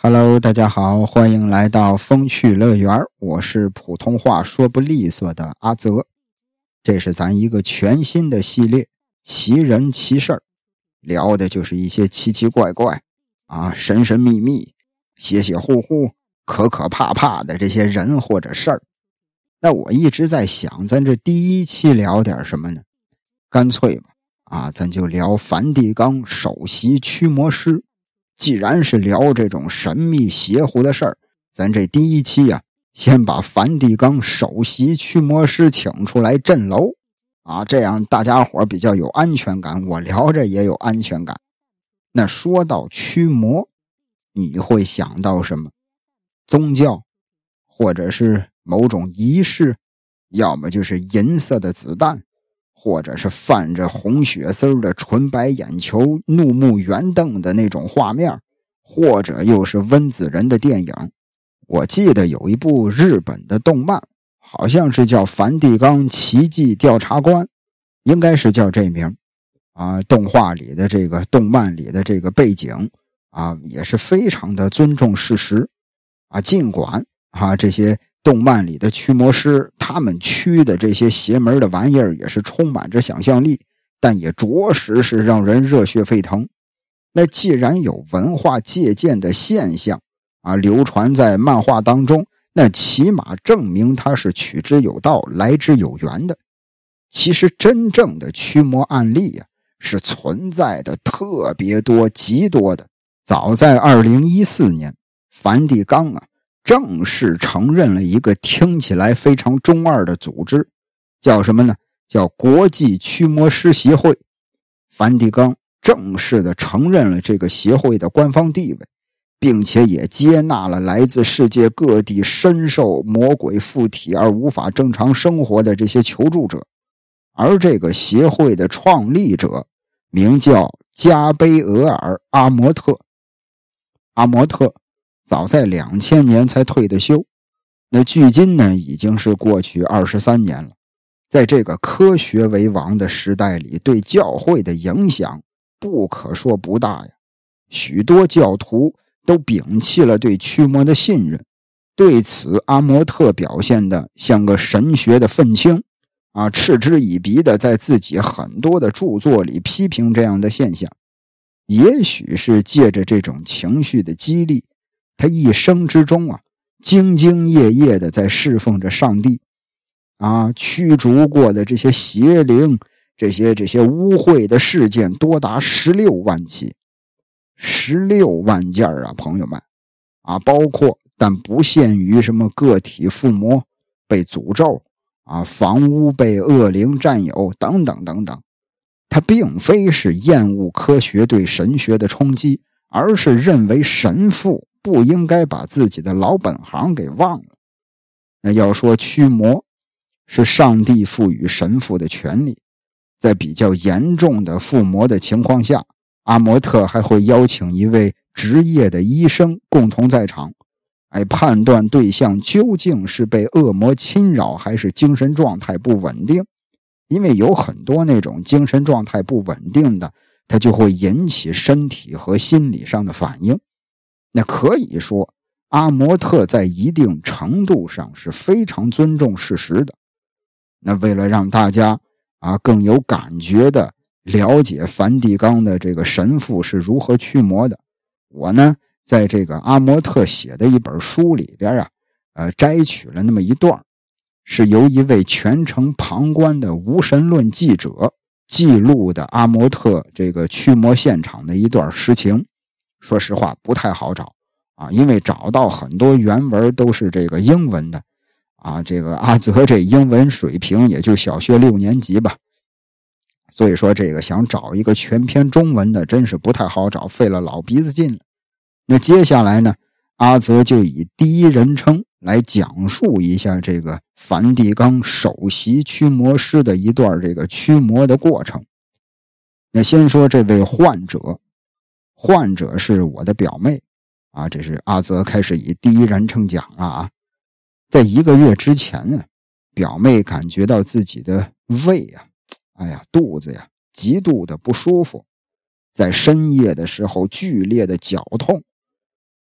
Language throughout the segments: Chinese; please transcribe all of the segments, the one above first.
Hello， 大家好，欢迎来到风趣乐园，我是普通话说不利索的阿泽。这是咱一个全新的系列，奇人奇事儿，聊的就是一些奇奇怪怪神神秘秘、邪邪乎乎、可可怕怕的这些人或者事儿。那我一直在想，咱这第一期聊点什么呢？干脆吧，咱就聊梵蒂冈首席驱魔师。既然是聊这种神秘邪乎的事儿，咱这第一期先把梵蒂冈首席驱魔师请出来镇楼这样大家伙比较有安全感，我聊着也有安全感。那说到驱魔，你会想到什么？宗教，或者是某种仪式，要么就是银色的子弹，或者是泛着红血丝的纯白眼球、怒目圆瞪的那种画面，或者又是温子仁的电影。我记得有一部日本的动漫，好像是叫《梵蒂冈奇迹调查官》，应该是叫这名动画里的这个动漫里的这个背景也是非常的尊重事实尽管这些动漫里的驱魔师他们驱的这些邪门的玩意儿也是充满着想象力，但也着实是让人热血沸腾。那既然有文化借鉴的现象流传在漫画当中，那起码证明它是取之有道、来之有源的。其实真正的驱魔案例是存在的特别多、极多的。早在2014年，梵蒂冈正式承认了一个听起来非常中二的组织，叫什么呢？叫国际驱魔师协会。梵蒂冈正式的承认了这个协会的官方地位，并且也接纳了来自世界各地深受魔鬼附体而无法正常生活的这些求助者。而这个协会的创立者名叫加贝俄尔·阿摩特。阿摩特早在2000年才退的休，那距今呢已经是过去23年了。在这个科学为王的时代里，对教会的影响不可说不大呀。许多教徒都摒弃了对驱魔的信任，对此阿摩特表现的像个神学的愤青嗤之以鼻的在自己很多的著作里批评这样的现象。也许是借着这种情绪的激励，他一生之中兢兢业业的在侍奉着上帝驱逐过的这些邪灵，这些污秽的事件多达16万起，16万件朋友们包括但不限于什么个体附魔、被诅咒房屋被恶灵占有等等等等。他并非是厌恶科学对神学的冲击，而是认为神父不应该把自己的老本行给忘了。那要说驱魔是上帝赋予神父的权利，在比较严重的附魔的情况下，阿摩特还会邀请一位职业的医生共同在场，判断对象究竟是被恶魔侵扰还是精神状态不稳定。因为有很多那种精神状态不稳定的，它就会引起身体和心理上的反应。那可以说阿摩特在一定程度上是非常尊重事实的。那为了让大家更有感觉的了解梵蒂冈的这个神父是如何驱魔的，我呢在这个阿摩特写的一本书里边摘取了那么一段，是由一位全程旁观的无神论记者记录的阿摩特这个驱魔现场的一段实情。说实话不太好找因为找到很多原文都是这个英文的这个阿泽这英文水平也就小学6年级吧，所以说这个想找一个全篇中文的真是不太好找，费了老鼻子劲了。那接下来呢，阿泽就以第一人称来讲述一下这个梵蒂冈首席驱魔师的一段这个驱魔的过程。那先说这位患者，患者是我的表妹这是阿泽开始以第一人称讲了在1个月之前表妹感觉到自己的胃肚子极度的不舒服，在深夜的时候剧烈的绞痛。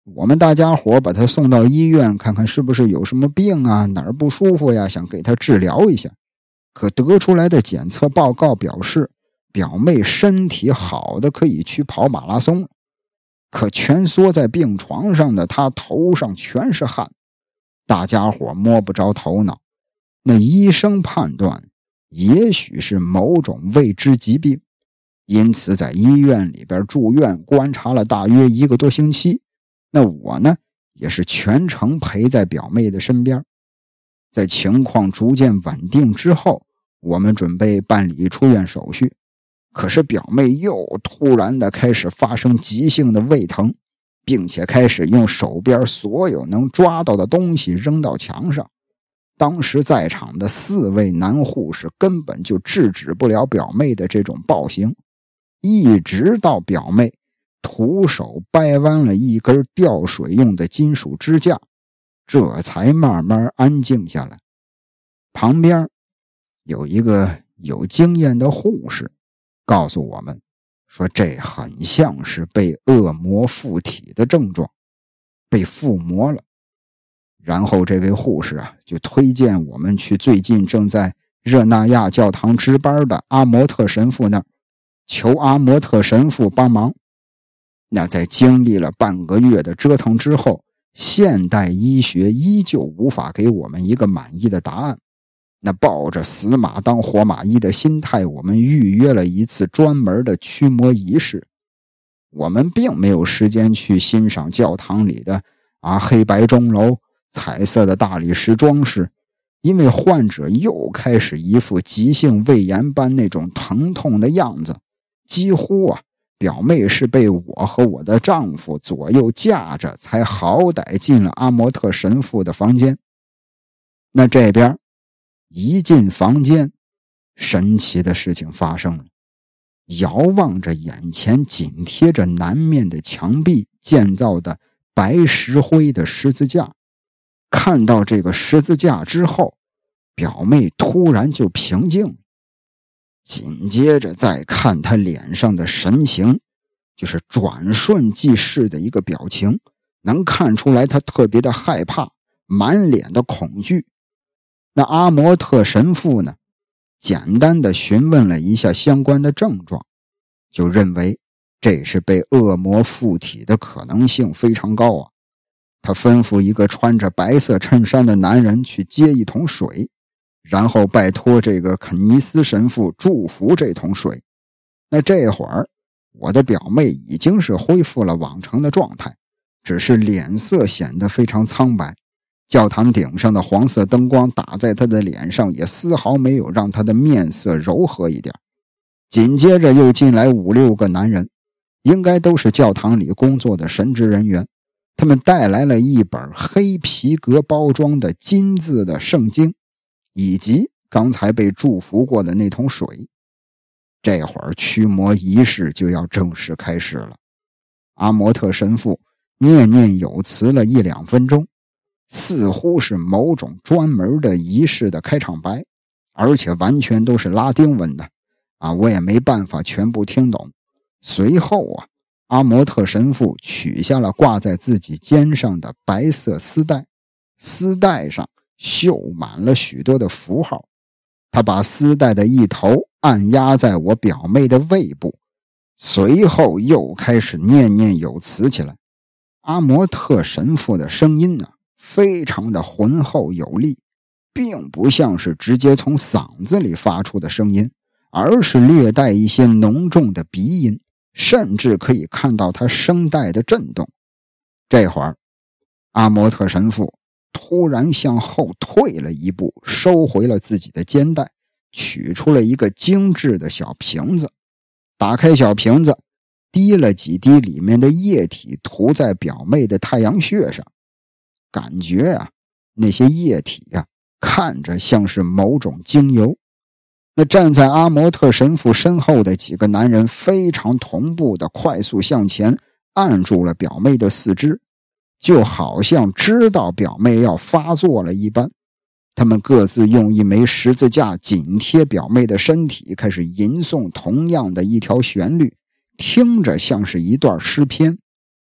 我们大家伙把他送到医院，看看是不是有什么病啊，哪儿不舒服呀，想给他治疗一下。可得出来的检测报告表示，表妹身体好的可以去跑马拉松了。可蜷缩在病床上的她头上全是汗，大家伙摸不着头脑。那医生判断也许是某种未知疾病，因此在医院里边住院观察了大约1个多星期。那我呢，也是全程陪在表妹的身边。在情况逐渐稳定之后，我们准备办理出院手续。可是表妹又突然的开始发生急性的胃疼，并且开始用手边所有能抓到的东西扔到墙上。当时在场的4位男护士根本就制止不了表妹的这种暴行，一直到表妹徒手掰弯了一根吊水用的金属支架，这才慢慢安静下来。旁边有一个有经验的护士告诉我们说，这很像是被恶魔附体的症状，被附魔了。然后这位护士就推荐我们去最近正在热那亚教堂值班的阿摩特神父那儿，求阿摩特神父帮忙。那在经历了半个月的折腾之后，现代医学依旧无法给我们一个满意的答案。那抱着死马当活马医的心态，我们预约了一次专门的驱魔仪式。我们并没有时间去欣赏教堂里的黑白钟楼、彩色的大理石装饰，因为患者又开始一副急性胃炎般那种疼痛的样子，几乎表妹是被我和我的丈夫左右架着才好歹进了阿摩特神父的房间。那这边一进房间，神奇的事情发生了。遥望着眼前紧贴着南面的墙壁建造的白石灰的十字架，看到这个十字架之后，表妹突然就平静了。紧接着再看她脸上的神情，就是转瞬即逝的一个表情，能看出来她特别的害怕，满脸的恐惧。那阿摩特神父呢，简单的询问了一下相关的症状，就认为这是被恶魔附体的可能性非常高。他吩咐一个穿着白色衬衫的男人去接一桶水，然后拜托这个肯尼斯神父祝福这桶水。那这会儿我的表妹已经是恢复了往常的状态，只是脸色显得非常苍白。教堂顶上的黄色灯光打在她的脸上，也丝毫没有让她的面色柔和一点。紧接着又进来5、6个男人，应该都是教堂里工作的神职人员。他们带来了一本黑皮革包装的金字的圣经，以及刚才被祝福过的那桶水。这会儿驱魔仪式就要正式开始了。阿摩特神父念念有词了1、2分钟，似乎是某种专门的仪式的开场白，而且完全都是拉丁文的我也没办法全部听懂。随后阿摩特神父取下了挂在自己肩上的白色丝带，丝带上绣满了许多的符号。他把丝带的一头按压在我表妹的胃部，随后又开始念念有词起来。阿摩特神父的声音非常的浑厚有力，并不像是直接从嗓子里发出的声音，而是略带一些浓重的鼻音，甚至可以看到他声带的震动。这会儿阿摩特神父突然向后退了一步，收回了自己的肩带，取出了一个精致的小瓶子，打开小瓶子，滴了几滴里面的液体涂在表妹的太阳穴上。感觉那些液体看着像是某种精油。那站在阿摩特神父身后的几个男人非常同步的快速向前按住了表妹的四肢，就好像知道表妹要发作了一般。他们各自用一枚十字架紧贴表妹的身体，开始吟诵同样的一条旋律，听着像是一段诗篇。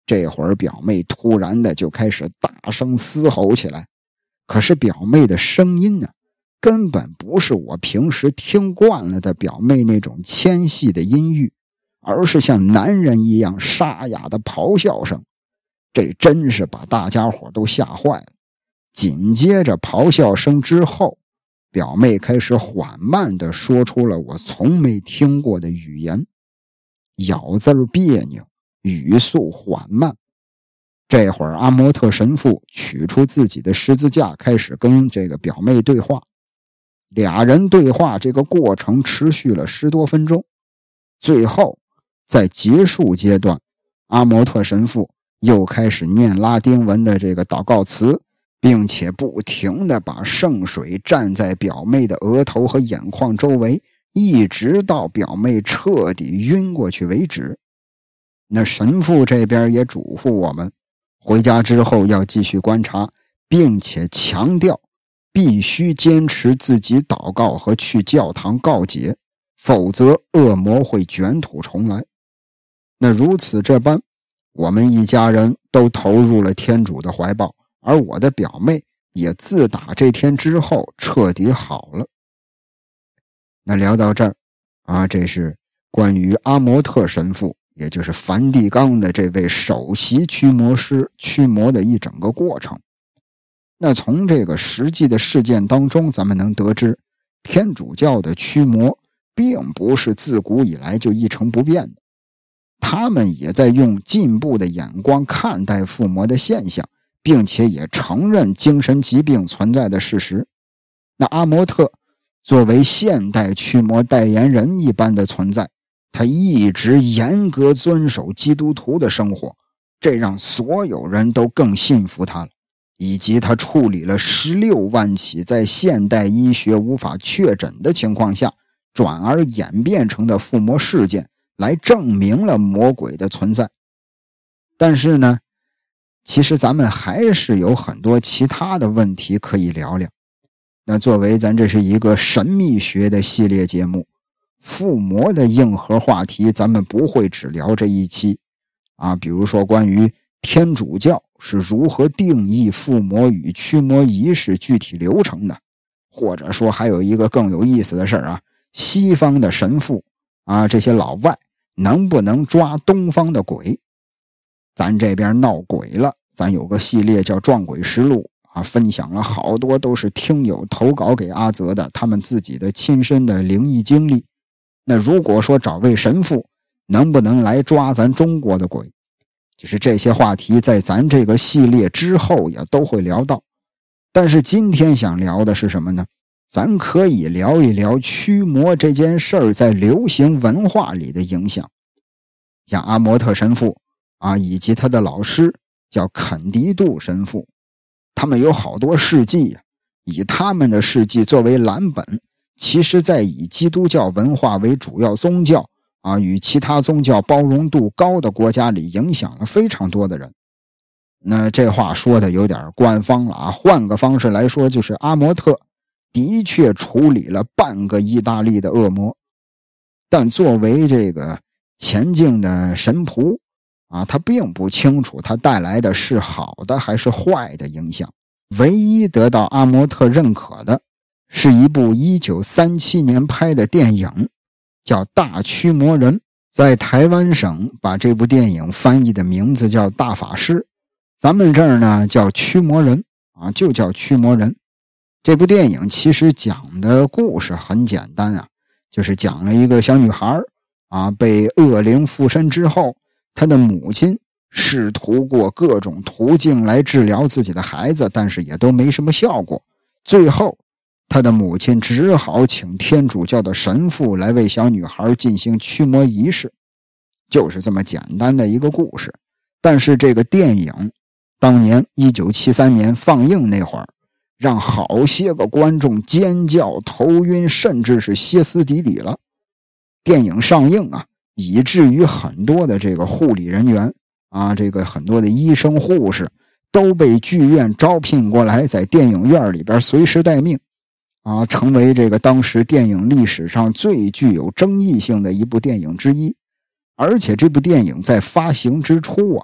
这会儿表妹突然的就开始大声嘶吼起来，可是表妹的声音呢，根本不是我平时听惯了的表妹那种纤细的音域，而是像男人一样沙哑的咆哮声。这真是把大家伙都吓坏了。紧接着咆哮声之后，表妹开始缓慢地说出了我从没听过的语言，咬字别扭，语速缓慢。这会儿阿摩特神父取出自己的十字架，开始跟这个表妹对话。俩人对话这个过程持续了10多分钟。最后在结束阶段，阿摩特神父又开始念拉丁文的这个祷告词，并且不停地把圣水蘸在表妹的额头和眼眶周围，一直到表妹彻底晕过去为止。那神父这边也嘱咐我们，回家之后要继续观察，并且强调必须坚持自己祷告和去教堂告解，否则恶魔会卷土重来。那如此这般，我们一家人都投入了天主的怀抱，而我的表妹也自打这天之后彻底好了。那聊到这儿这是关于阿摩特神父，也就是梵蒂冈的这位首席驱魔师驱魔的一整个过程。那从这个实际的事件当中，咱们能得知，天主教的驱魔并不是自古以来就一成不变的，他们也在用进步的眼光看待附魔的现象，并且也承认精神疾病存在的事实。那阿摩特作为现代驱魔代言人一般的存在，他一直严格遵守基督徒的生活，这让所有人都更信服他了，以及他处理了16万起在现代医学无法确诊的情况下转而演变成的附魔事件，来证明了魔鬼的存在。但是呢，其实咱们还是有很多其他的问题可以聊聊。那作为咱这是一个神秘学的系列节目，附魔的硬核话题咱们不会只聊这一期比如说关于天主教是如何定义附魔与驱魔仪式具体流程的，或者说还有一个更有意思的事儿西方的神父这些老外能不能抓东方的鬼。咱这边闹鬼了，咱有个系列叫撞鬼实录分享了好多都是听友投稿给阿泽的他们自己的亲身的灵异经历。那如果说找位神父能不能来抓咱中国的鬼，就是这些话题在咱这个系列之后也都会聊到。但是今天想聊的是什么呢？咱可以聊一聊驱魔这件事儿在流行文化里的影响。像阿摩特神父以及他的老师叫肯迪杜神父，他们有好多事迹以他们的事迹作为蓝本，其实在以基督教文化为主要宗教与其他宗教包容度高的国家里影响了非常多的人。那这话说的有点官方了换个方式来说，就是阿摩特的确处理了半个意大利的恶魔，但作为这个前进的神仆他并不清楚他带来的是好的还是坏的影响。唯一得到阿摩特认可的是一部1937年拍的电影，叫《大驱魔人》，在台湾省把这部电影翻译的名字叫《大法师》，咱们这儿呢叫驱魔人就叫驱魔人。这部电影其实讲的故事很简单就是讲了一个小女孩被恶灵附身之后，她的母亲试图过各种途径来治疗自己的孩子，但是也都没什么效果。最后她的母亲只好请天主教的神父来为小女孩进行驱魔仪式，就是这么简单的一个故事。但是这个电影当年1973年放映那会儿，让好些个观众尖叫、头晕，甚至是歇斯底里了。电影上映以至于很多的这个护理人员这个很多的医生护士都被剧院招聘过来，在电影院里边随时待命成为这个当时电影历史上最具有争议性的一部电影之一。而且这部电影在发行之初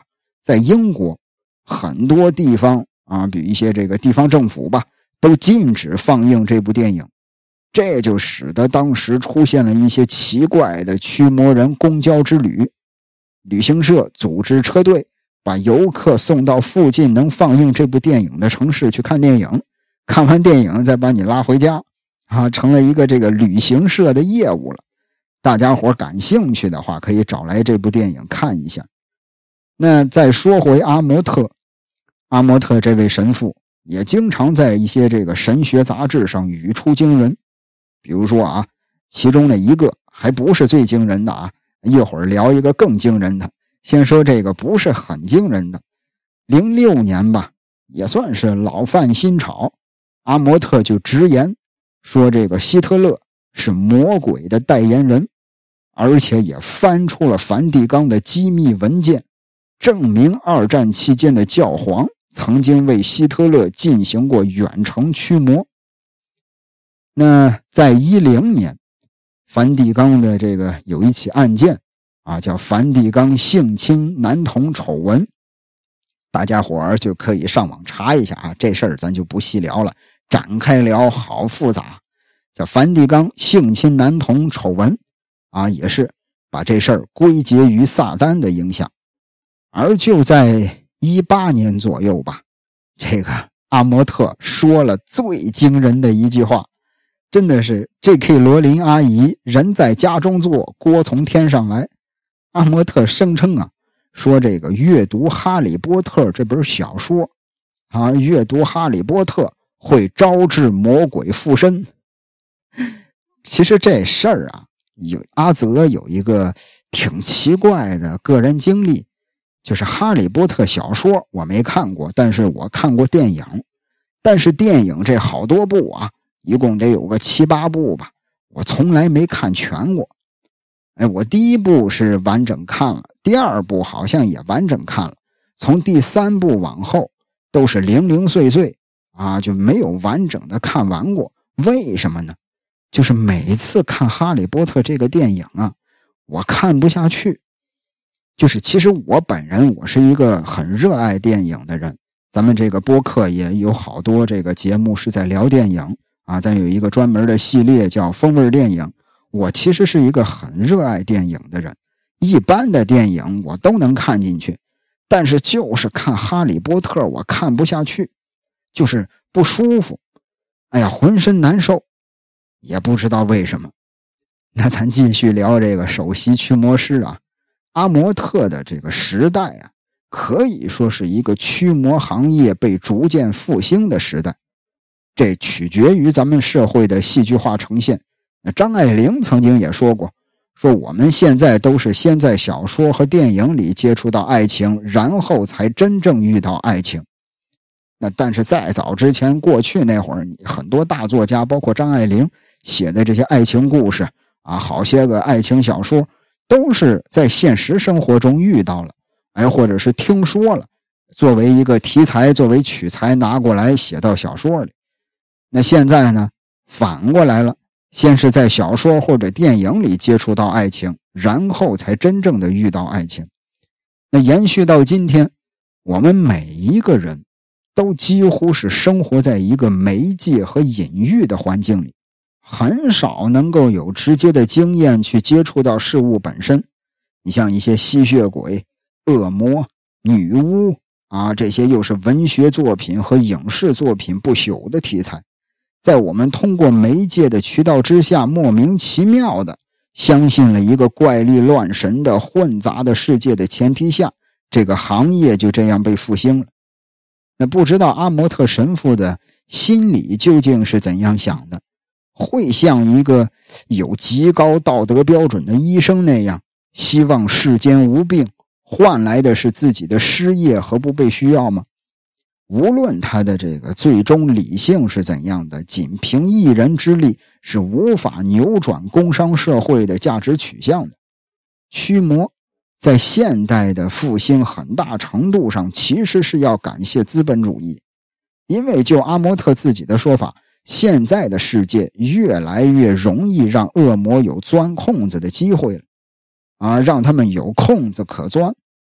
在英国很多地方啊，比如一些这个地方政府吧，都禁止放映这部电影。这就使得当时出现了一些奇怪的驱魔人公交之旅，旅行社组织车队把游客送到附近能放映这部电影的城市去看电影，看完电影再把你拉回家啊，成了一个这个旅行社的业务了。大家伙感兴趣的话，可以找来这部电影看一下。那再说回阿摩特，阿摩特这位神父也经常在一些这个神学杂志上语出惊人。比如说啊，其中的一个还不是最惊人的啊，一会儿聊一个更惊人的。先说这个不是很惊人的。06年吧，也算是老犯新炒，阿摩特就直言说这个希特勒是魔鬼的代言人，而且也翻出了梵蒂冈的机密文件，证明二战期间的教皇曾经为希特勒进行过远程驱魔。那在10年，梵蒂冈的这个有一起案件啊，叫梵蒂冈性侵男童丑闻，大家伙儿就可以上网查一下啊，这事儿咱就不细聊了，展开聊好复杂。叫梵蒂冈性侵男童丑闻啊，也是把这事儿归结于撒旦的影响。而就在18年左右吧，这个阿摩特说了最惊人的一句话，真的是 J.K. 罗琳阿姨人在家中坐，锅从天上来。阿摩特声称啊，说这个阅读哈利波特这本小说啊，阅读哈利波特会招致魔鬼附身。其实这事儿啊，阿泽有一个挺奇怪的个人经历，就是哈利波特小说我没看过，但是我看过电影。但是电影这好多部啊，一共得有个7、8部吧，我从来没看全过。我第一部是完整看了，第二部好像也完整看了，从第3部往后都是零零碎碎啊，就没有完整的看完过。为什么呢？就是每次看哈利波特这个电影啊，我看不下去。就是其实我本人我是一个很热爱电影的人，咱们这个播客也有好多这个节目是在聊电影啊，咱有一个专门的系列叫风味电影。我其实是一个很热爱电影的人，一般的电影我都能看进去，但是就是看哈利波特我看不下去，就是不舒服，哎呀，浑身难受，也不知道为什么。那咱继续聊这个首席驱魔师啊，阿摩特的这个时代啊，可以说是一个驱魔行业被逐渐复兴的时代，这取决于咱们社会的戏剧化呈现。那张爱玲曾经也说过，说我们现在都是先在小说和电影里接触到爱情，然后才真正遇到爱情。那但是再早之前，过去那会儿，很多大作家包括张爱玲写的这些爱情故事啊，好些个爱情小说都是在现实生活中遇到了，或者是听说了，作为一个题材，作为取材拿过来写到小说里。那现在呢，反过来了，先是在小说或者电影里接触到爱情，然后才真正的遇到爱情。那延续到今天，我们每一个人都几乎是生活在一个媒介和隐喻的环境里，很少能够有直接的经验去接触到事物本身。你像一些吸血鬼、恶魔、女巫啊，这些又是文学作品和影视作品不朽的题材，在我们通过媒介的渠道之下，莫名其妙的相信了一个怪力乱神的混杂的世界的前提下，这个行业就这样被复兴了。那不知道阿摩特神父的心里究竟是怎样想的？会像一个有极高道德标准的医生那样，希望世间无病，换来的是自己的失业和不被需要吗？无论他的这个最终理性是怎样的，仅凭一人之力是无法扭转工商社会的价值取向的。驱魔在现代的复兴很大程度上其实是要感谢资本主义，因为就阿摩特自己的说法，现在的世界越来越容易让恶魔有钻空子的机会了啊，让他们有空子可钻。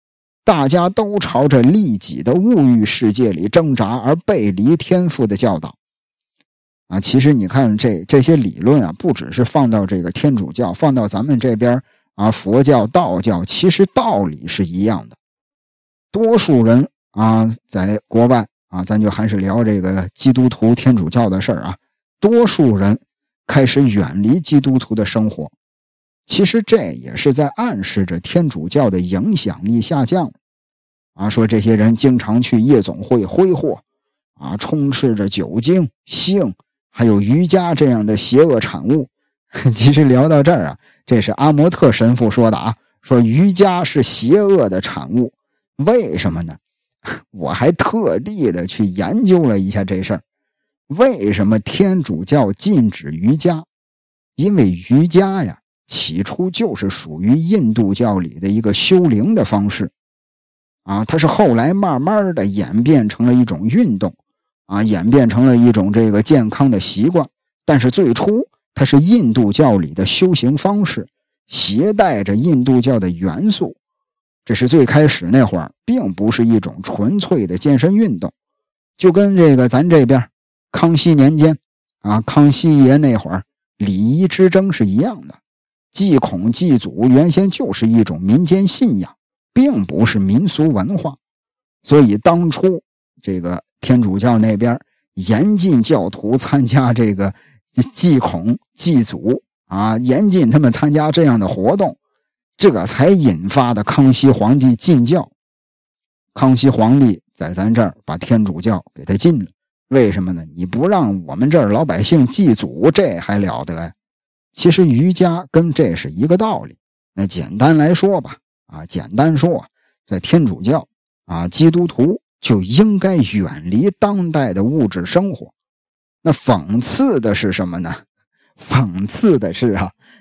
大家都朝着利己的物欲世界里挣扎，而背离天父的教导。其实你看这些理论啊，不只是放到这个天主教，放到咱们这边佛教、道教，其实道理是一样的。多数人在国外咱就还是聊这个基督徒天主教的事儿多数人开始远离基督徒的生活，其实这也是在暗示着天主教的影响力下降说这些人经常去夜总会挥霍充斥着酒精、性还有瑜伽这样的邪恶产物。其实聊到这儿这是阿摩特神父说的说瑜伽是邪恶的产物。为什么呢？我还特地的去研究了一下这事儿。为什么天主教禁止瑜伽？因为瑜伽呀，起初就是属于印度教里的一个修灵的方式它是后来慢慢的演变成了一种运动演变成了一种这个健康的习惯。但是最初它是印度教里的修行方式，携带着印度教的元素。这是最开始那会儿，并不是一种纯粹的健身运动。就跟这个咱这边康熙年间康熙爷那会儿礼仪之争是一样的。祭孔祭祖原先就是一种民间信仰，并不是民俗文化。所以当初这个天主教那边严禁教徒参加这个祭孔祭祖严禁他们参加这样的活动，这才引发的康熙皇帝禁教。康熙皇帝在咱这儿把天主教给他禁了，为什么呢？你不让我们这儿老百姓祭祖，这还了得呀？其实瑜伽跟这是一个道理。那简单来说吧简单说，在天主教基督徒就应该远离当代的物质生活。那讽刺的是什么呢？讽刺的是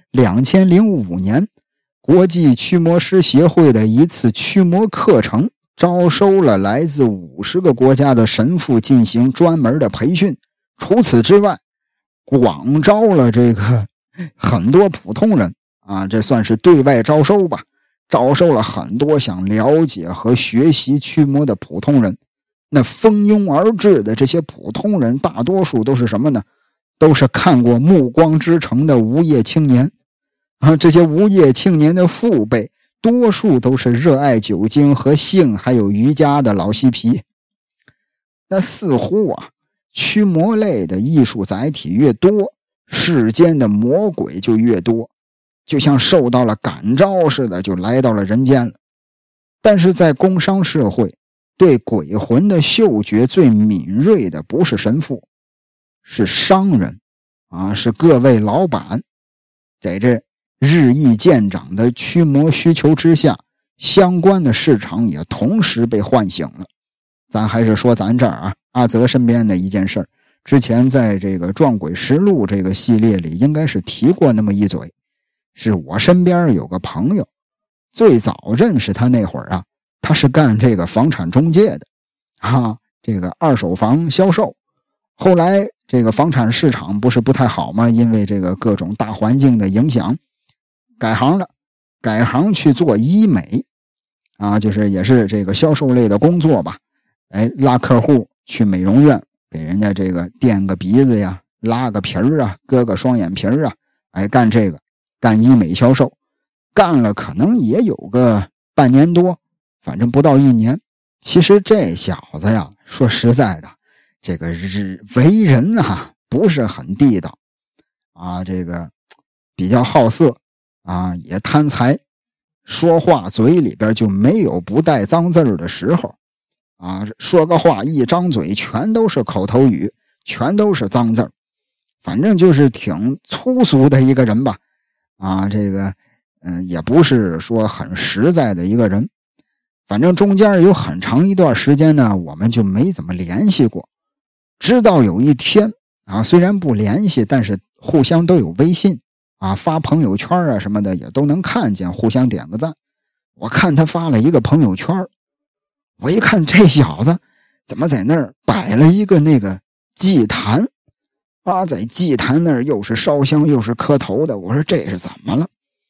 2005年国际驱魔师协会的一次驱魔课程招收了来自50个国家的神父进行专门的培训。除此之外，广招了这个很多普通人这算是对外招收吧，招收了很多想了解和学习驱魔的普通人。那蜂拥而至的这些普通人大多数都是什么呢？都是看过《暮光之城》的无业青年这些无业青年的父辈多数都是热爱酒精和性还有瑜伽的老嬉皮。那似乎驱魔类的艺术载体越多，世间的魔鬼就越多，就像受到了感召似的就来到了人间了。但是在工商社会，对鬼魂的嗅觉最敏锐的不是神父，是商人是各位老板。在这日益渐长的驱魔需求之下，相关的市场也同时被唤醒了。咱还是说咱这儿阿泽身边的一件事儿，之前在这个撞鬼实录这个系列里应该是提过那么一嘴。是我身边有个朋友，最早认识他那会儿他是干这个房产中介的这个二手房销售。后来这个房产市场不是不太好吗？因为这个各种大环境的影响，改行了，改行去做医美就是也是这个销售类的工作吧。拉客户去美容院给人家这个垫个鼻子呀，拉个皮儿割个双眼皮儿干这个，干医美销售，干了可能也有个半年多，反正不到1年。其实这小子说实在的，这个为人不是很地道这个比较好色也贪财，说话嘴里边就没有不带脏字的时候说个话一张嘴全都是口头语，全都是脏字，反正就是挺粗俗的一个人吧这个也不是说很实在的一个人。反正中间有很长一段时间呢，我们就没怎么联系过。直到有一天虽然不联系，但是互相都有微信发朋友圈什么的也都能看见，互相点个赞。我看他发了一个朋友圈，我一看这小子怎么在那儿摆了一个那个祭坛在祭坛那儿又是烧香又是磕头的，我说这是怎么了？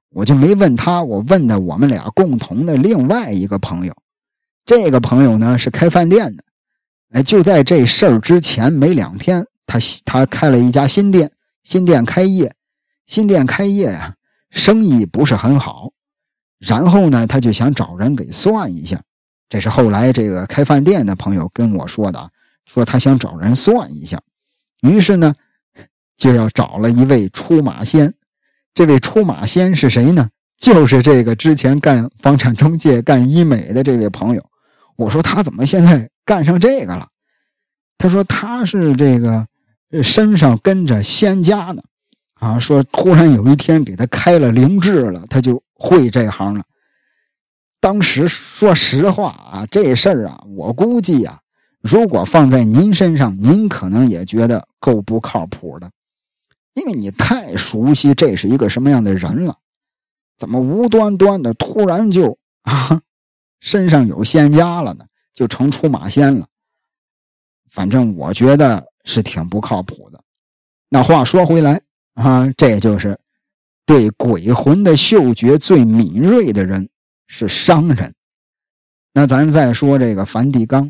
我就没问他，我问的我们俩共同的另外一个朋友。这个朋友呢是开饭店的，就在这事儿之前没2天，他开了一家新店开业呀，生意不是很好。然后呢，他就想找人给算一下，这是后来这个开饭店的朋友跟我说的，说他想找人算一下。于是呢，就要找了一位出马仙。这位出马仙是谁呢？就是这个之前干房产中介、干医美的这位朋友。我说他怎么现在干上这个了？他说他是这个身上跟着仙家呢，说突然有一天给他开了灵智了，他就会这行了。当时说实话这事儿我估计如果放在您身上，您可能也觉得够不靠谱的，因为你太熟悉这是一个什么样的人了，怎么无端端的突然就身上有仙家了呢？就成出马仙了。反正我觉得是挺不靠谱的。那话说回来这就是对鬼魂的嗅觉最敏锐的人是商人。那咱再说这个梵蒂冈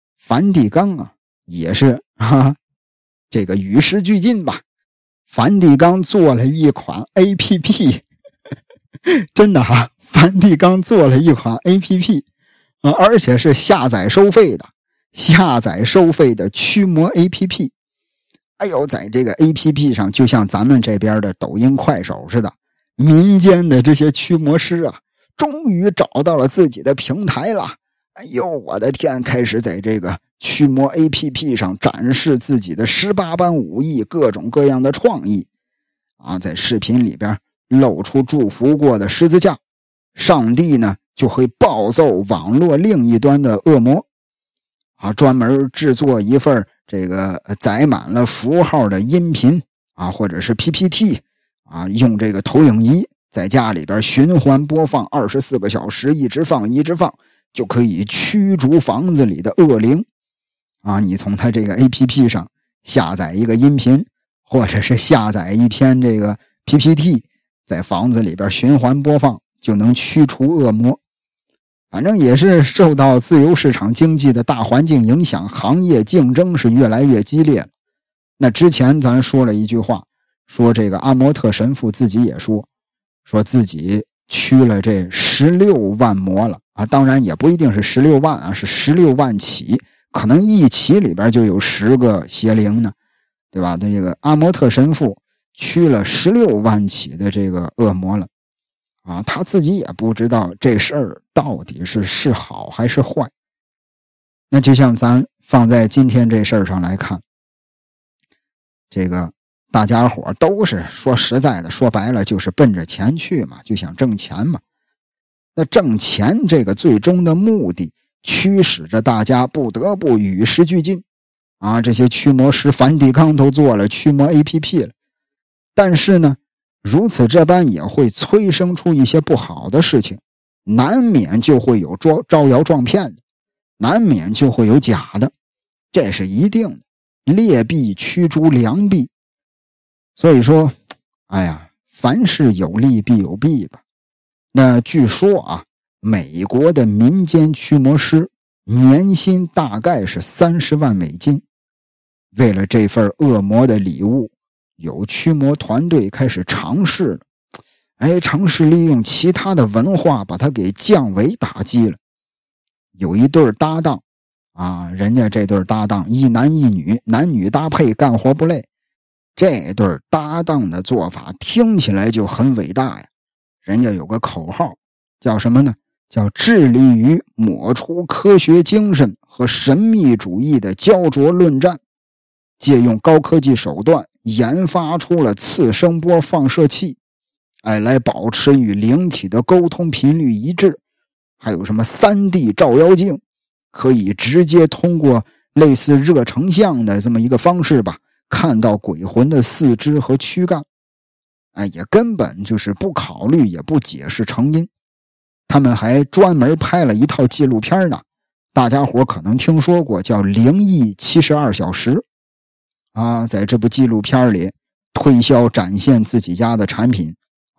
也是这个与时俱进吧。梵蒂冈做了一款 APP 真的梵蒂冈做了一款 APP 而且是下载收费的驱魔 APP。在这个 APP 上就像咱们这边的抖音快手似的，民间的这些驱魔师终于找到了自己的平台了。我的天，开始在这个驱魔 APP 上展示自己的18般武艺，各种各样的创意在视频里边露出祝福过的十字架，上帝呢就会暴揍网络另一端的恶魔专门制作一份这个载满了符号的音频或者是 PPT 用这个投影仪在家里边循环播放24个小时，一直放，就可以驱逐房子里的恶灵你从它这个 APP 上下载一个音频，或者是下载一篇这个 PPT， 在房子里边循环播放，就能驱除恶魔。反正也是受到自由市场经济的大环境影响，行业竞争是越来越激烈了。那之前咱说了一句话，说这个阿摩特神父自己也说自己驱了这16万魔了当然也不一定是16万是16万起，可能一起里边就有10个邪灵呢，对吧？这个阿摩特神父驱了16万起的这个恶魔了他自己也不知道这事儿到底是好还是坏。那就像咱放在今天这事儿上来看，这个大家伙都是说实在的，说白了就是奔着钱去嘛，就想挣钱嘛。那挣钱这个最终的目的驱使着大家不得不与时俱进这些驱魔师梵蒂冈都做了驱魔 APP 了，但是呢如此这般也会催生出一些不好的事情，难免就会有招摇撞骗的，难免就会有假的，这是一定的，劣币驱逐良币。所以说凡事有利必有弊吧。那据说美国的民间驱魔师年薪大概是30万美金。为了这份恶魔的礼物，有驱魔团队开始尝试了，尝试利用其他的文化把它给降维打击了。有一对搭档人家这对搭档一男一女，男女搭配，干活不累。这对搭档的做法听起来就很伟大呀。人家有个口号叫什么呢？叫致力于抹除科学精神和神秘主义的焦灼论战，借用高科技手段研发出了次声波放射器，来保持与灵体的沟通频率一致。还有什么 3D 照妖镜，可以直接通过类似热成像的这么一个方式吧，看到鬼魂的四肢和躯干。也根本就是不考虑也不解释成因。他们还专门拍了一套纪录片呢，大家伙可能听说过，叫《灵异72小时》在这部纪录片里推销展现自己家的产品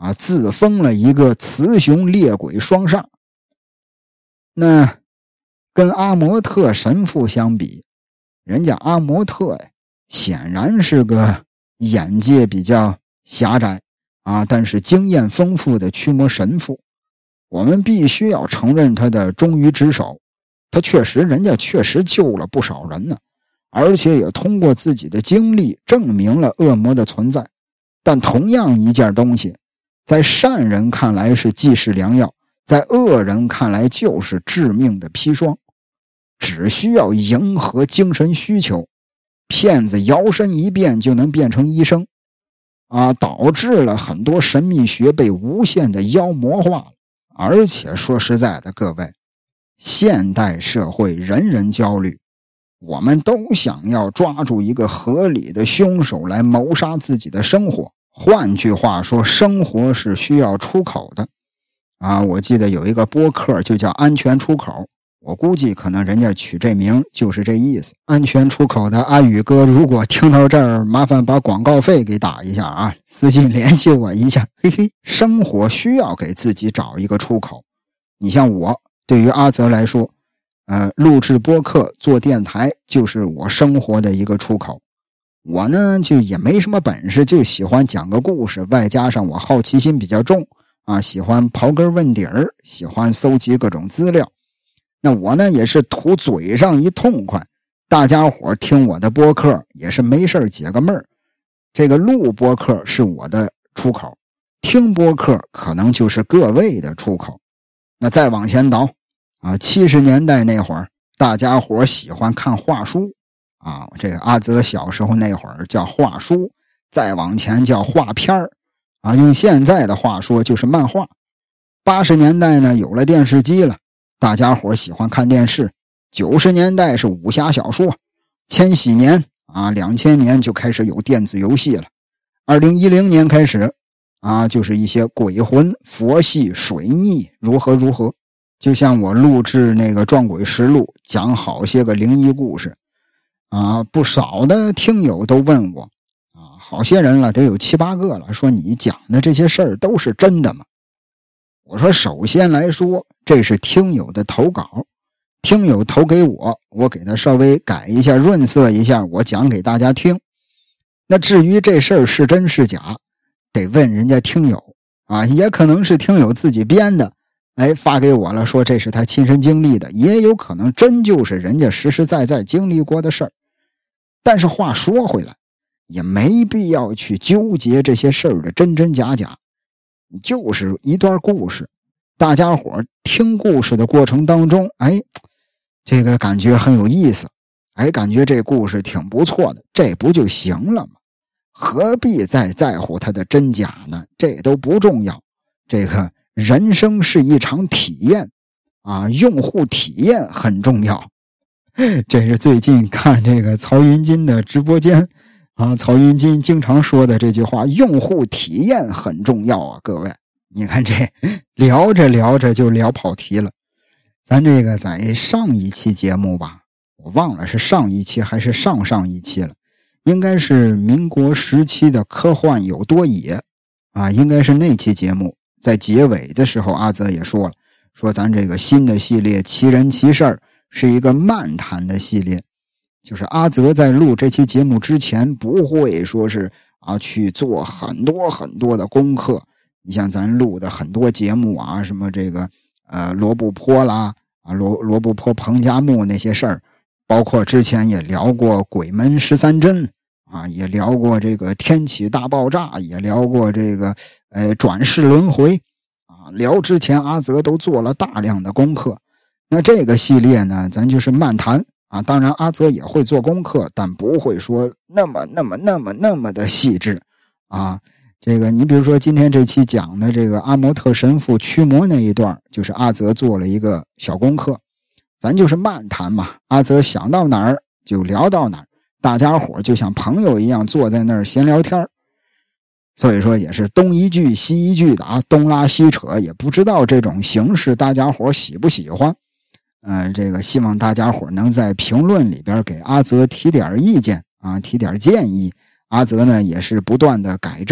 自封了一个雌雄猎鬼双煞。那跟阿摩特神父相比，人家阿摩特显然是个眼界比较狭窄但是经验丰富的驱魔神父。我们必须要承认他的忠于职守，人家确实救了不少人呢，而且也通过自己的经历证明了恶魔的存在。但同样一件东西，在善人看来是济世良药，在恶人看来就是致命的砒霜。只需要迎合精神需求，骗子摇身一变就能变成医生导致了很多神秘学被无限的妖魔化了。而且说实在的，各位，现代社会人人焦虑，我们都想要抓住一个合理的凶手来谋杀自己的生活。换句话说，生活是需要出口的我记得有一个播客就叫安全出口，我估计可能人家取这名就是这意思。安全出口的阿宇哥，如果听到这儿，麻烦把广告费给打一下私信联系我一下。嘿嘿，生活需要给自己找一个出口。你像我，对于阿泽来说录制播客做电台就是我生活的一个出口。我呢就也没什么本事，就喜欢讲个故事，外加上我好奇心比较重喜欢刨根问底儿，喜欢搜集各种资料。那我呢也是图嘴上一痛快，大家伙听我的播客也是没事解个闷儿。这个录播客是我的出口，听播客可能就是各位的出口。那再往前倒70年代那会儿，大家伙喜欢看话书这个阿泽小时候那会儿叫话书，再往前叫画片儿用现在的话说就是漫画。80年代呢有了电视机了，大家伙喜欢看电视。90年代是武侠小说，千禧年2000年就开始有电子游戏了。2010年开始就是一些鬼魂、佛系、水逆如何。就像我录制那个撞鬼实录，讲好些个灵异故事不少的听友都问我好些人了，得有7、8个了，说你讲的这些事儿都是真的吗？我说首先来说，这是听友的投稿，听友投给我，我给他稍微改一下润色一下，我讲给大家听。那至于这事儿是真是假，得问人家听友也可能是听友自己编的发给我了，说这是他亲身经历的，也有可能真就是人家实实在在经历过的事儿。但是话说回来，也没必要去纠结这些事儿的真真假假，就是一段故事，大家伙听故事的过程当中这个感觉很有意思感觉这故事挺不错的，这不就行了吗？何必再在乎它的真假呢？这都不重要。这个人生是一场体验用户体验很重要。这是最近看这个曹云金的直播间曹云金经常说的这句话，用户体验很重要各位，你看这聊着聊着就聊跑题了。咱这个在上一期节目吧，我忘了是上一期还是上上一期了，应该是民国时期的科幻有多野应该是那期节目。在结尾的时候，阿泽也说了，说咱这个新的系列奇人奇事儿是一个漫谈的系列，就是阿泽在录这期节目之前不会说是去做很多很多的功课。你像咱录的很多节目什么这个罗布泊啦罗布泊彭加木那些事儿，包括之前也聊过鬼门13针也聊过这个天启大爆炸，也聊过这个转世轮回聊之前阿泽都做了大量的功课。那这个系列呢，咱就是漫谈当然阿泽也会做功课，但不会说那么的细致这个你比如说今天这期讲的这个阿摩特神父驱魔那一段，就是阿泽做了一个小功课。咱就是漫谈嘛，阿泽想到哪儿就聊到哪儿，大家伙就像朋友一样坐在那儿闲聊天。所以说也是东一句西一句的东拉西扯，也不知道这种形式大家伙喜不喜欢。这个希望大家伙能在评论里边给阿泽提点意见提点建议。阿泽呢也是不断的改正，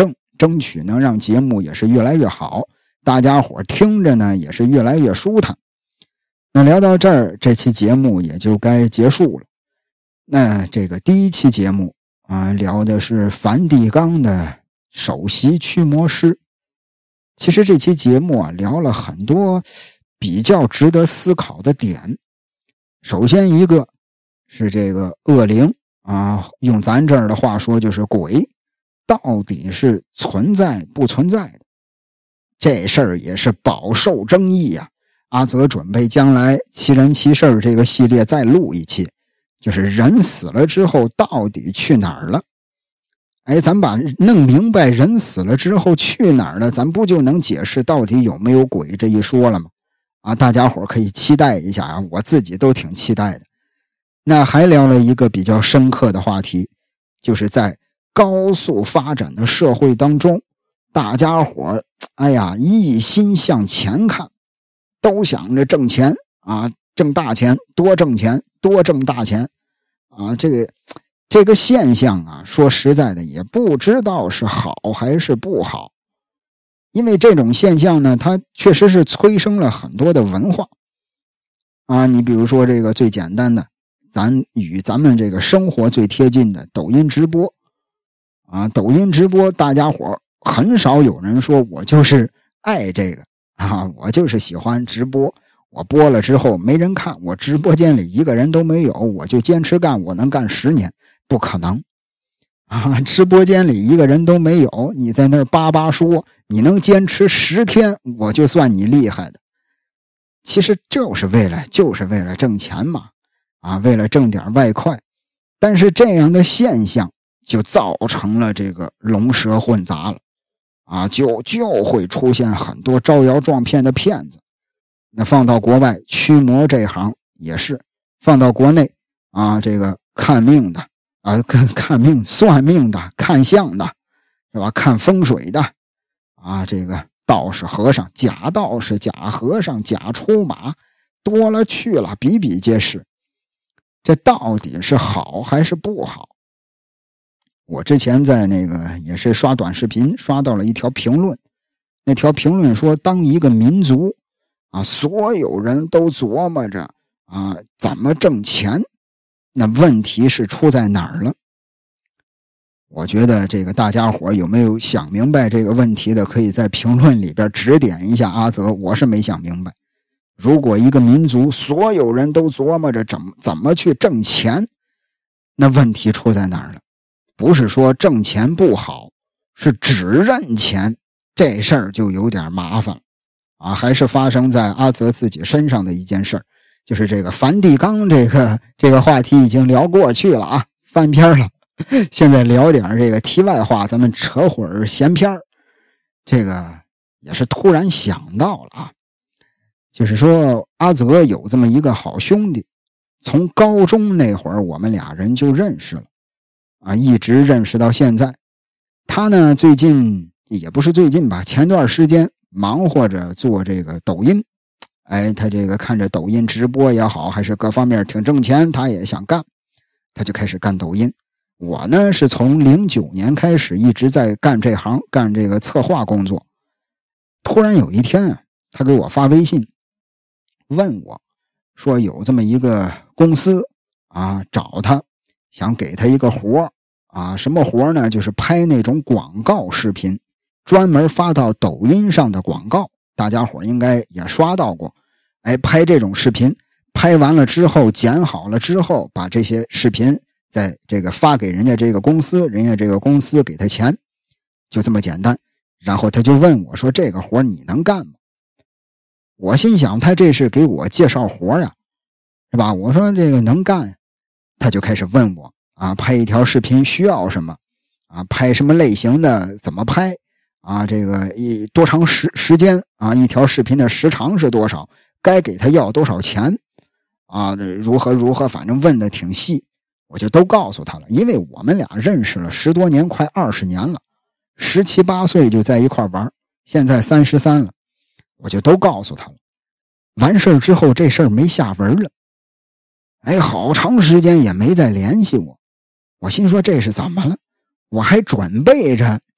争取能让节目也是越来越好，大家伙听着呢也是越来越舒坦。那聊到这儿，这期节目也就该结束了。那这个第一期节目聊的是梵蒂冈的首席驱魔师。其实这期节目聊了很多比较值得思考的点。首先一个是这个恶灵用咱这儿的话说就是鬼，到底是存在不存在的？这事儿也是饱受争议啊。阿泽准备将来奇人奇事这个系列再录一期，就是人死了之后到底去哪儿了。咱把弄明白人死了之后去哪儿了，咱不就能解释到底有没有鬼这一说了吗？大家伙可以期待一下我自己都挺期待的。那还聊了一个比较深刻的话题，就是在高速发展的社会当中，大家伙一心向前看，都想着挣钱挣大钱，多挣钱，多挣大钱这个现象说实在的也不知道是好还是不好。因为这种现象呢，它确实是催生了很多的文化你比如说这个最简单的，与咱们这个生活最贴近的抖音直播抖音直播大家伙很少有人说我就是爱这个我就是喜欢直播，我播了之后没人看，我直播间里一个人都没有，我就坚持干，我能干10年，不可能直播间里一个人都没有，你在那儿叭叭说，你能坚持10天，我就算你厉害的。其实就是为了挣钱嘛为了挣点外快。但是这样的现象就造成了这个龙蛇混杂了就会出现很多招摇撞骗的骗子。那放到国外，驱魔这行也是；放到国内这个看命的看命算命的，看相的是吧？看风水的这个道士和尚，假道士假和尚假出马多了去了，比比皆是。这到底是好还是不好？我之前在那个也是刷短视频，刷到了一条评论，那条评论说，当一个民族所有人都琢磨着怎么挣钱，那问题是出在哪儿了？我觉得这个大家伙有没有想明白这个问题的，可以在评论里边指点一下阿泽，我是没想明白。如果一个民族所有人都琢磨着怎么去挣钱，那问题出在哪儿了？不是说挣钱不好，是只认钱，这事儿就有点麻烦还是发生在阿泽自己身上的一件事儿，就是这个梵蒂冈这个话题已经聊过去了翻篇了。现在聊点这个题外话，咱们扯会儿闲篇。这个也是突然想到了就是说阿泽有这么一个好兄弟，从高中那会儿我们俩人就认识了一直认识到现在。他呢最近也不是最近吧，前段时间忙活着做这个抖音他这个看着抖音直播也好，还是各方面挺挣钱，他也想干，他就开始干抖音。我呢是从09年开始一直在干这行，干这个策划工作。突然有一天他给我发微信问我说，有这么一个公司找他，想给他一个活什么活呢？就是拍那种广告视频，专门发到抖音上的广告，大家伙应该也刷到过。拍这种视频，拍完了之后剪好了之后，把这些视频在这个发给人家这个公司，人家这个公司给他钱，就这么简单。然后他就问我说，这个活你能干吗？我心想他这是给我介绍活是吧？我说这个能干。他就开始问我拍一条视频需要什么拍什么类型的，怎么拍这个多长时间一条视频的时长是多少，该给他要多少钱如何，反正问的挺细。我就都告诉他了，因为我们俩认识了10多年，快20年了，17、18岁就在一块玩，现在33了，我就都告诉他了。完事之后这事儿没下文了，好长时间也没再联系我。我心说这是怎么了？我还准备着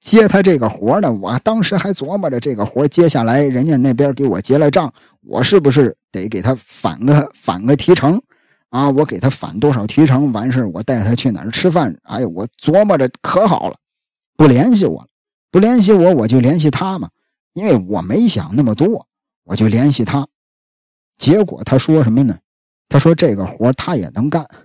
接他这个活呢，我当时还琢磨着这个活接下来人家那边给我结了账，我是不是得给他返个提成啊？我给他返多少提成，完事我带他去哪儿吃饭？哎呀，我琢磨着可好了，不联系我，我就联系他嘛，因为我没想那么多，我就联系他。结果他说什么呢？他说这个活他也能干。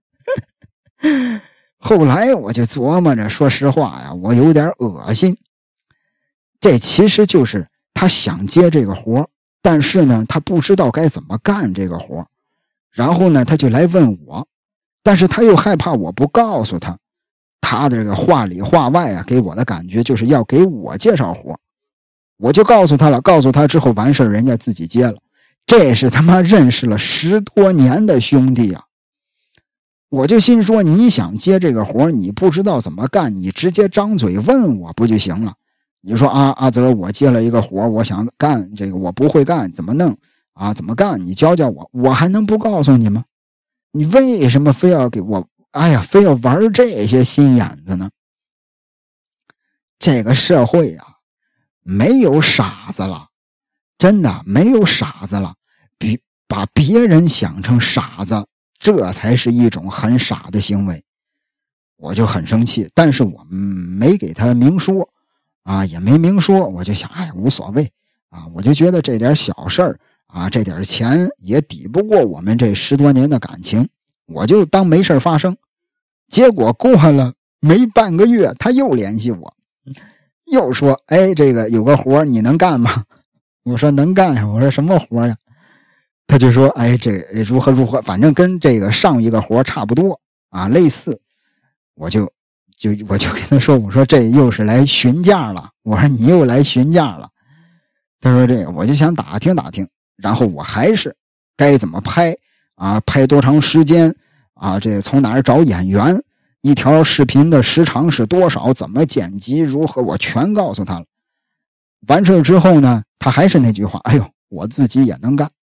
后来我就琢磨着，说实话呀，我有点恶心。这其实就是他想接这个活，但是呢，他不知道该怎么干这个活，然后呢，他就来问我，但是他又害怕我不告诉他，他这个话里话外啊，给我的感觉就是要给我介绍活。我就告诉他了，告诉他之后完事人家自己接了。这是他妈认识了10多年的兄弟啊！我就心说，你想接这个活，你不知道怎么干，你直接张嘴问我不就行了？你说阿泽，我接了一个活，我想干这个，我不会干，怎么弄啊？怎么干？你教教我，我还能不告诉你吗？你为什么非要给我？哎呀，非要玩这些心眼子呢？这个社会啊，没有傻子了，真的没有傻子了。把别人想成傻子，这才是一种很傻的行为。我就很生气，但是我没给他明说啊，也没明说，我就想，哎，无所谓啊，我就觉得这点小事儿啊，这点钱也抵不过我们这10多年的感情，我就当没事发生。结果过了没半个月，他又联系我，又说，哎，这个有个活你能干吗？我说能干呀，我说什么活呀？他就说，哎，这如何，反正跟这个上一个活差不多啊，类似。我就跟他说，我说这又是来询价了，我说你又来询价了。他说这个，我就想打听打听，然后我还是该怎么拍啊，拍多长时间啊，这从哪儿找演员，一条视频的时长是多少，怎么剪辑，如何，我全告诉他了。完事之后呢，他还是那句话，哎呦，我自己也能干。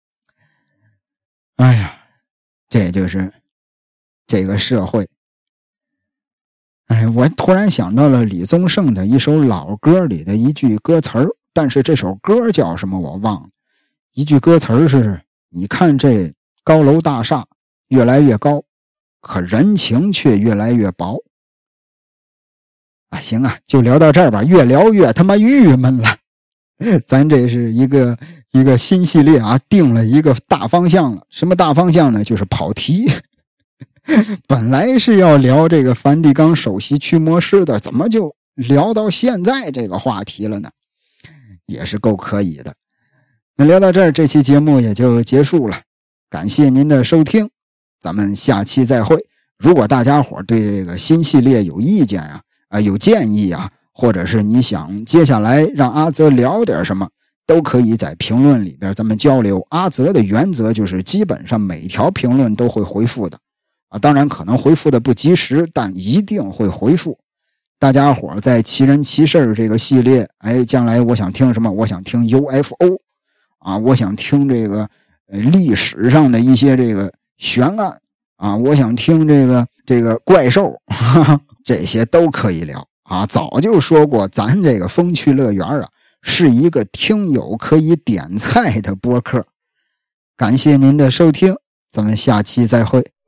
哎呀，这就是这个社会。哎，我突然想到了李宗盛的一首老歌里的一句歌词儿，但是这首歌叫什么我忘了。一句歌词是，你看这高楼大厦越来越高，可人情却越来越薄。啊，行啊，就聊到这儿吧，越聊越他妈郁闷了。咱这是一个新系列啊，定了一个大方向了。什么大方向呢？就是跑题。本来是要聊这个梵蒂冈首席驱魔师的，怎么就聊到现在这个话题了呢？也是够可以的。那聊到这儿，这期节目也就结束了。感谢您的收听，咱们下期再会。如果大家伙对这个新系列有意见啊，有建议啊，或者是你想接下来让阿泽聊点什么，都可以在评论里边咱们交流。阿泽的原则就是基本上每条评论都会回复的啊，当然可能回复的不及时，但一定会回复。大家伙在奇人奇事这个系列，哎，将来我想听什么？我想听 UFO 啊，我想听这个历史上的一些这个悬案啊，我想听这个怪兽，哈哈，这些都可以聊啊。早就说过，咱这个风趣乐园啊，是一个听友可以点菜的播客。感谢您的收听，咱们下期再会。